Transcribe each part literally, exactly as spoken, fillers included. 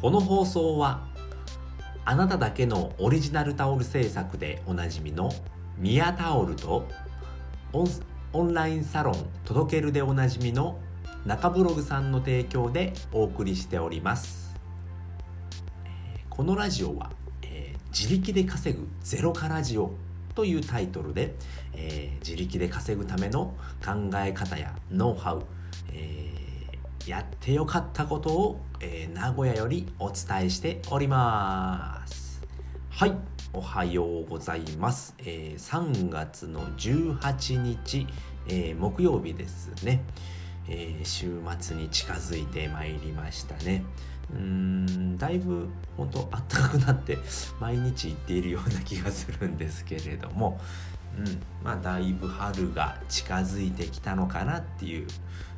この放送はあなただけのオリジナルタオル制作でおなじみのミヤタオルとオン、オンラインサロン届けるでおなじみの中ブログさんの提供でお送りしております。このラジオは、えー、自力で稼ぐゼロカラジオというタイトルで、えー、自力で稼ぐための考え方やノウハウ、えーやってよかったことを、えー、名古屋よりお伝えしております。はい、おはようございます。えー、さんがつのじゅうはちにち、えー、木曜日ですね。えー、週末に近づいてまいりましたね。うーんだいぶ本当暖かくなって毎日行っているような気がするんですけれども、うん、まあだいぶ春が近づいてきたのかなっていう、うーん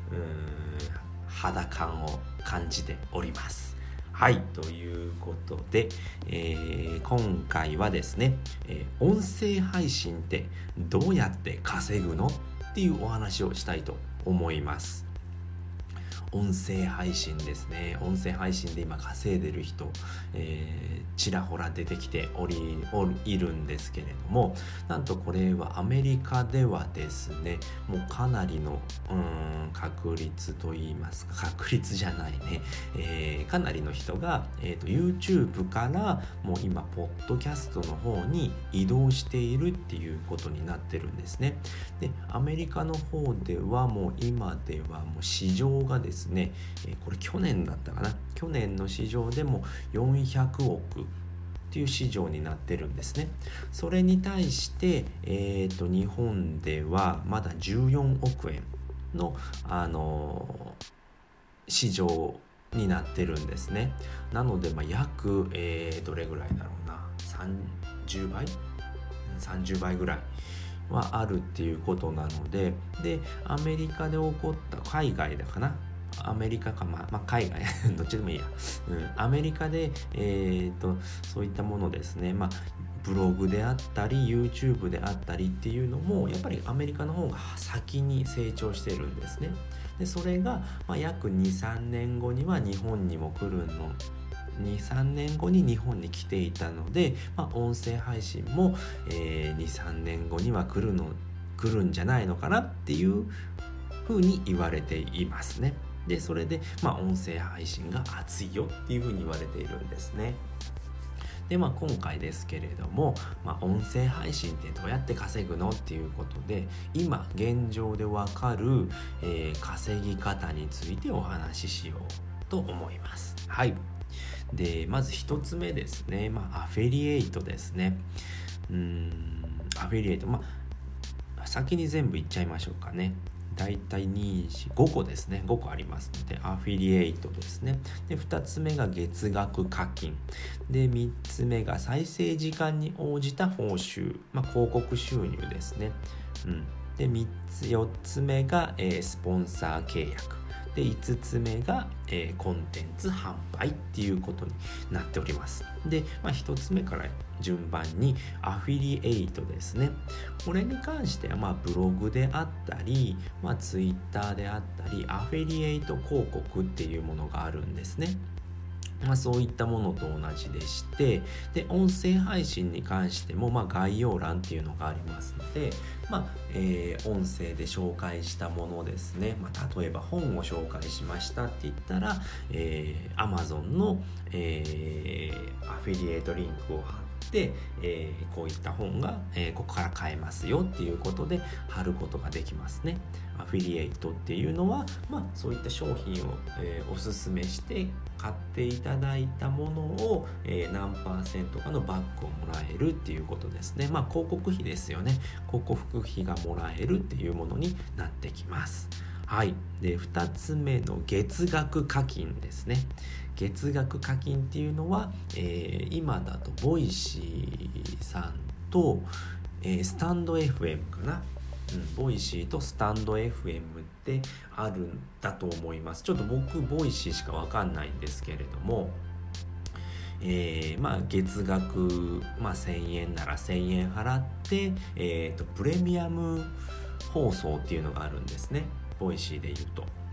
肌感を感じております。はい、ということで、えー、今回はですね、えー、音声配信ってどうやって稼ぐのっていうお話をしたいと思います。音声配信ですね。音声配信で今稼いでる人、えー、ちらほら出てきておりおりいるんですけれども、なんとこれはアメリカではですね、もうかなりのうーん確率といいますか、確率じゃないね、えー、かなりの人が、えーと、YouTube からもう今ポッドキャストの方に移動しているっていうことになってるんですね。で、アメリカの方ではもう今ではもう市場がですね、えー、これ去年だったかな、去年の市場でもよんひゃくおくっていう市場になってるんですね。それに対して、えーと、日本ではまだじゅうよんおくえんの、あのー、市場になってるんですね。なので、まあ、約、えー、どれぐらいだろうな、さんじゅうばいさんじゅうばいぐらいはあるっていうことなので、でアメリカで起こった海外だかなアメリカか、まあ、まあ、海外どっちでもいいや、うん、アメリカで、えー、とそういったものですね、まあ、ブログであったり YouTube であったりっていうのもやっぱりアメリカの方が先に成長しているんですね。でそれが、まあ、約 にさんねんごには日本にも来るのにさんねんごに日本に来ていたので、まあ、音声配信も、えー、にさんねんごには来るの来るんじゃないのかなっていうふうに言われていますね。でそれで、まあ、音声配信が熱いよっていうふうに言われているんですね。で、まあ、今回ですけれども、まあ、音声配信ってどうやって稼ぐのっていうことで、今現状でわかる、えー、稼ぎ方についてお話ししようと思います。はい。でまず一つ目ですね、まあ、アフィリエイトですね。うーんアフィリエイト、まあ先に全部言っちゃいましょうかね。だいたいに、よん、ごこですね。ごこありますのでアフィリエイトですね。でふたつめが月額課金で、みっつめが再生時間に応じた報酬、まあ、広告収入ですね。うんでみっつよっつめが、えー、スポンサー契約でいつつめが、えー、コンテンツ販売っていうことになっております。で、まあ、ひとつめから順番にアフィリエイトですね。これに関しては、まあ、ブログであったり、まあ、ツイッターであったりアフィリエイト広告っていうものがあるんですね。まあ、そういったものと同じでして、で音声配信に関しても、まあ、概要欄っていうのがありますので、まあえー、音声で紹介したものですね、まあ、例えば本を紹介しましたって言ったら、えー、Amazon の、えー、アフィリエイトリンクを貼って、えー、こういった本が、えー、ここから買えますよっていうことで貼ることができますね。アフィリエイトっていうのは、まあ、そういった商品を、えー、おすすめして買っていただいたものを、えー、何パーセントかのバックをもらえるっていうことですね。まあ広告費ですよね。広告費がもらえるっていうものになってきます。はい。でふたつめの月額課金ですね。月額課金っていうのは、えー、今だとボイシーさんと、えー、スタンド エフエム かな。うん、ボイシーとスタンド エフエム ってあるんだと思います。ちょっと僕ボイシーしかわかんないんですけれども、えー、まあ月額、まあ、せんえんならせんえん払って、えーと、プレミアム放送っていうのがあるんですね。ボイシーで言うと。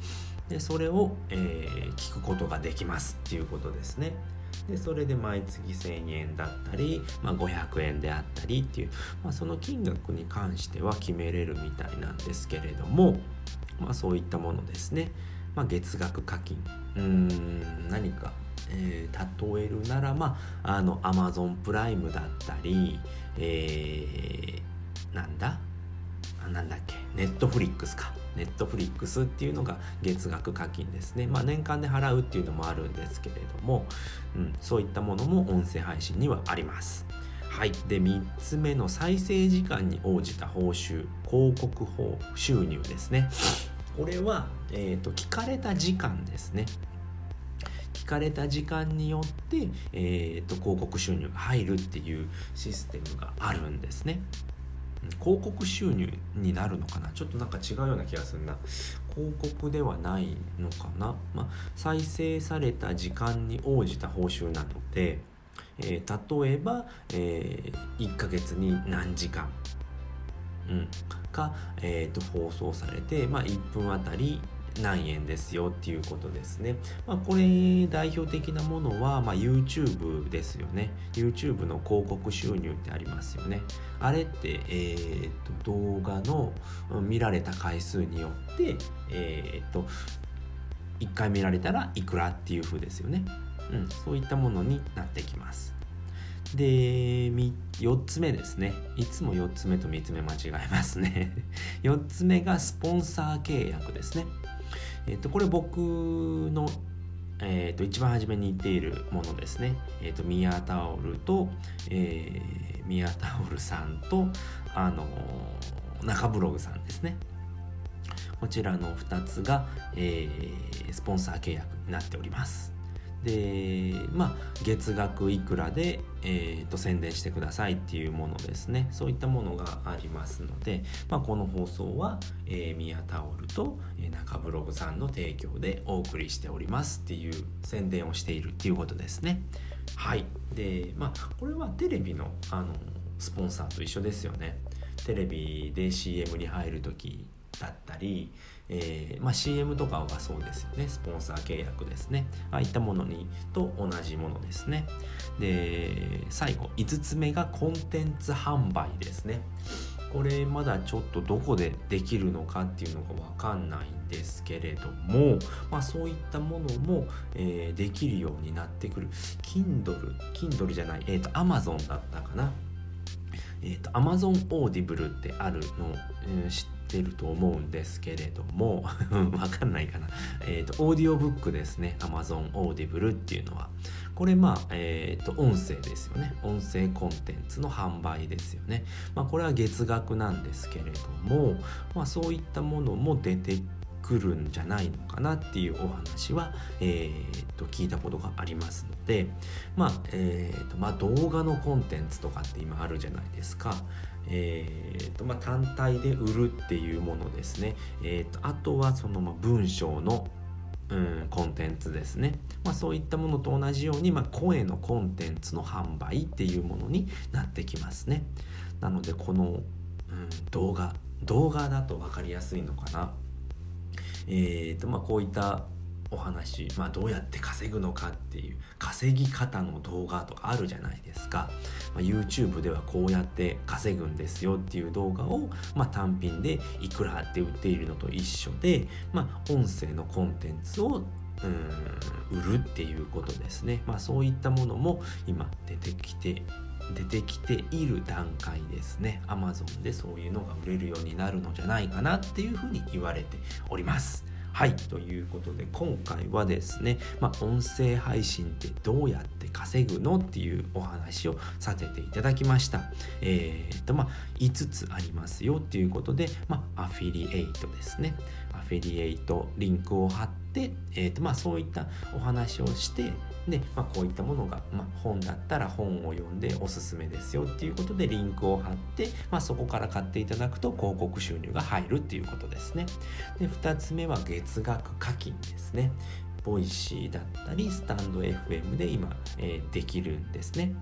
でそれを、えー、聞くことができますっていうことですね。でそれで毎月せんえんだったり、まあ、ごひゃくえんであったりっていう、まあ、その金額に関しては決めれるみたいなんですけれども、まあ、そういったものですね。まあ、月額課金、うーん何か、えー、例えるなら、まあ、あの Amazon プライムだったり、えー、なんだなんだっけネットフリックスかネットフリックスっていうのが月額課金ですね。まあ年間で払うっていうのもあるんですけれども、うん、そういったものも音声配信にはあります。はい。でみっつめの再生時間に応じた報酬、広告報収入ですね。これは、えーと、聞かれた時間ですね。聞かれた時間によって、えーと、広告収入が入るっていうシステムがあるんですね。広告収入になるのかな、ちょっとなんか違うような気がするな。広告ではないのかな、まあ、再生された時間に応じた報酬なので、えー、例えば、えー、いっかげつに何時間、うん、か、えー、と放送されて、まあ、いっぷんあたり何円ですよっていうことですね。まあ、これ代表的なものは、まあ、YouTube ですよね。YouTube の広告収入ってありますよね。あれって、えー、と動画の見られた回数によって、えー、といっかい見られたらいくらっていう風ですよね。うん、そういったものになってきます。でよっつめですね。いつもよっつめとみっつめ間違えますねよっつめがスポンサー契約ですね。えっとこれ僕の、えー、と一番初めに言っているものですね。えっとミヤタオルと、えー、ミヤタオルさんとあのー、中ブログさんですね。こちらのふたつが、えー、スポンサー契約になっております。でまあ月額いくらで、えー、と宣伝してくださいっていうものですね。そういったものがありますので、まあ、この放送は、えー、ミヤタオルと、えー、中ブログさんの提供でお送りしておりますっていう宣伝をしているっていうことですね。はい。でまあこれはテレビのあのスポンサーと一緒ですよね。テレビで シーエム に入るときだったり、えーまあ、シーエム とかはそうですよね。スポンサー契約ですね。ああいったものにと同じものですね。で最後いつつめがコンテンツ販売ですね。これまだちょっとどこでできるのかっていうのが分かんないんですけれども、まあ、そういったものも、えー、できるようになってくる。 Kindle Kindle じゃない、えーと Amazon だったかな。えーと Amazon Audible ってあるの、えー、知ってると思うんですけれどもわかんないかな。えっ、ー、とオーディオブックですね。 Amazon Audible っていうのはこれまあえっ、ー、と音声ですよね。音声コンテンツの販売ですよね。まあこれは月額なんですけれども、まあそういったものも出て来るんじゃないのかなっていうお話は、えー、と聞いたことがありますので、まあえーとまあ、動画のコンテンツとかって今あるじゃないですか。えーとまあ、単体で売るっていうものですね。えーとあとはそのまあ文章のうん、コンテンツですね。まあ、そういったものと同じように、まあ、声のコンテンツの販売っていうものになってきますね。なのでこの、うん、動画動画だと分かりやすいのかな。えーとまあ、こういったお話、まあ、どうやって稼ぐのかっていう稼ぎ方の動画とかあるじゃないですか。まあ、YouTube ではこうやって稼ぐんですよっていう動画を、まあ、単品でいくらって売っているのと一緒で、まあ、音声のコンテンツをうん売るっていうことですね。まあ、そういったものも今出てきて出てきている段階ですね。 Amazon でそういうのが売れるようになるのじゃないかなっていうふうに言われております。はい、ということで今回はですね、まあ、音声配信ってどうやって稼ぐのっていうお話をさせていただきました。えー、っとまあいつつありますよっていうことで、まあ、アフィリエイトですね。アフィリエイトリンクを貼って、えー、っとまあそういったお話をしてで、まあ、こういったものが、まあ、本だったら本を読んでおすすめですよっていうことでリンクを貼って、まあ、そこから買っていただくと広告収入が入るっていうことですね。でふたつめは月額課金ですね。ボイシーだったりスタンド エフエム で今、えー、できるんですね。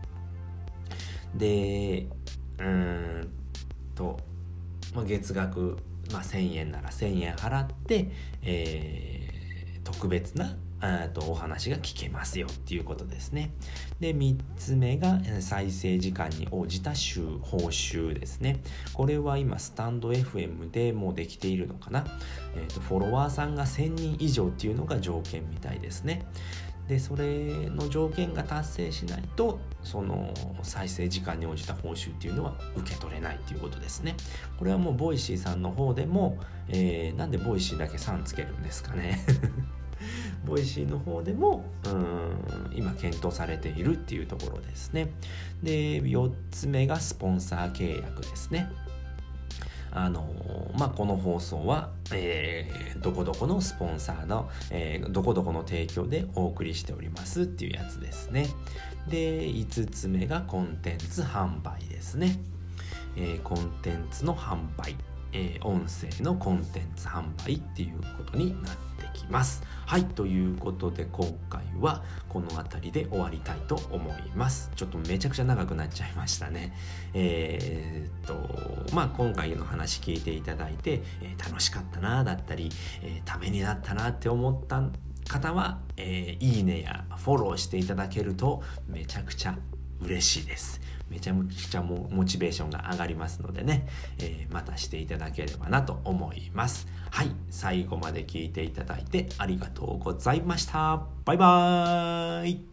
でうーんと、まあ、月額、まあ、せんえんならせんえん払って、えー特別なとお話が聞けますよっていうことですね。でみっつめが再生時間に応じた収報酬ですね。これは今スタンド エフエム でもうできているのかな、えーと、フォロワーさんがせんにん以上っていうのが条件みたいですね。でそれの条件が達成しないとその再生時間に応じた報酬っていうのは受け取れないっていうことですね。これはもうボイシーさんの方でも、えー、なんでボイシーだけさんつけるんですかねボイシーの方でもうーん今検討されているっていうところですね。でよっつめがスポンサー契約ですね。あのまあ、この放送は、えー、どこどこのスポンサーの、えー、どこどこの提供でお送りしておりますっていうやつですね。でいつつめがコンテンツ販売ですね。えー、コンテンツの販売、えー、音声のコンテンツ販売っていうことになってきます。はい、ということで今回はこの辺りで終わりたいと思います。ちょっとめちゃくちゃ長くなっちゃいましたね。えー、っとまあ今回の話聞いていただいて、えー、楽しかったなだったり、えー、ためになったなって思った方は、えー、いいねやフォローしていただけるとめちゃくちゃ嬉しいです。めちゃくちゃモチベーションが上がりますのでね、えー、またしていただければなと思います。はい、最後まで聞いていただいてありがとうございました。バイバーイ。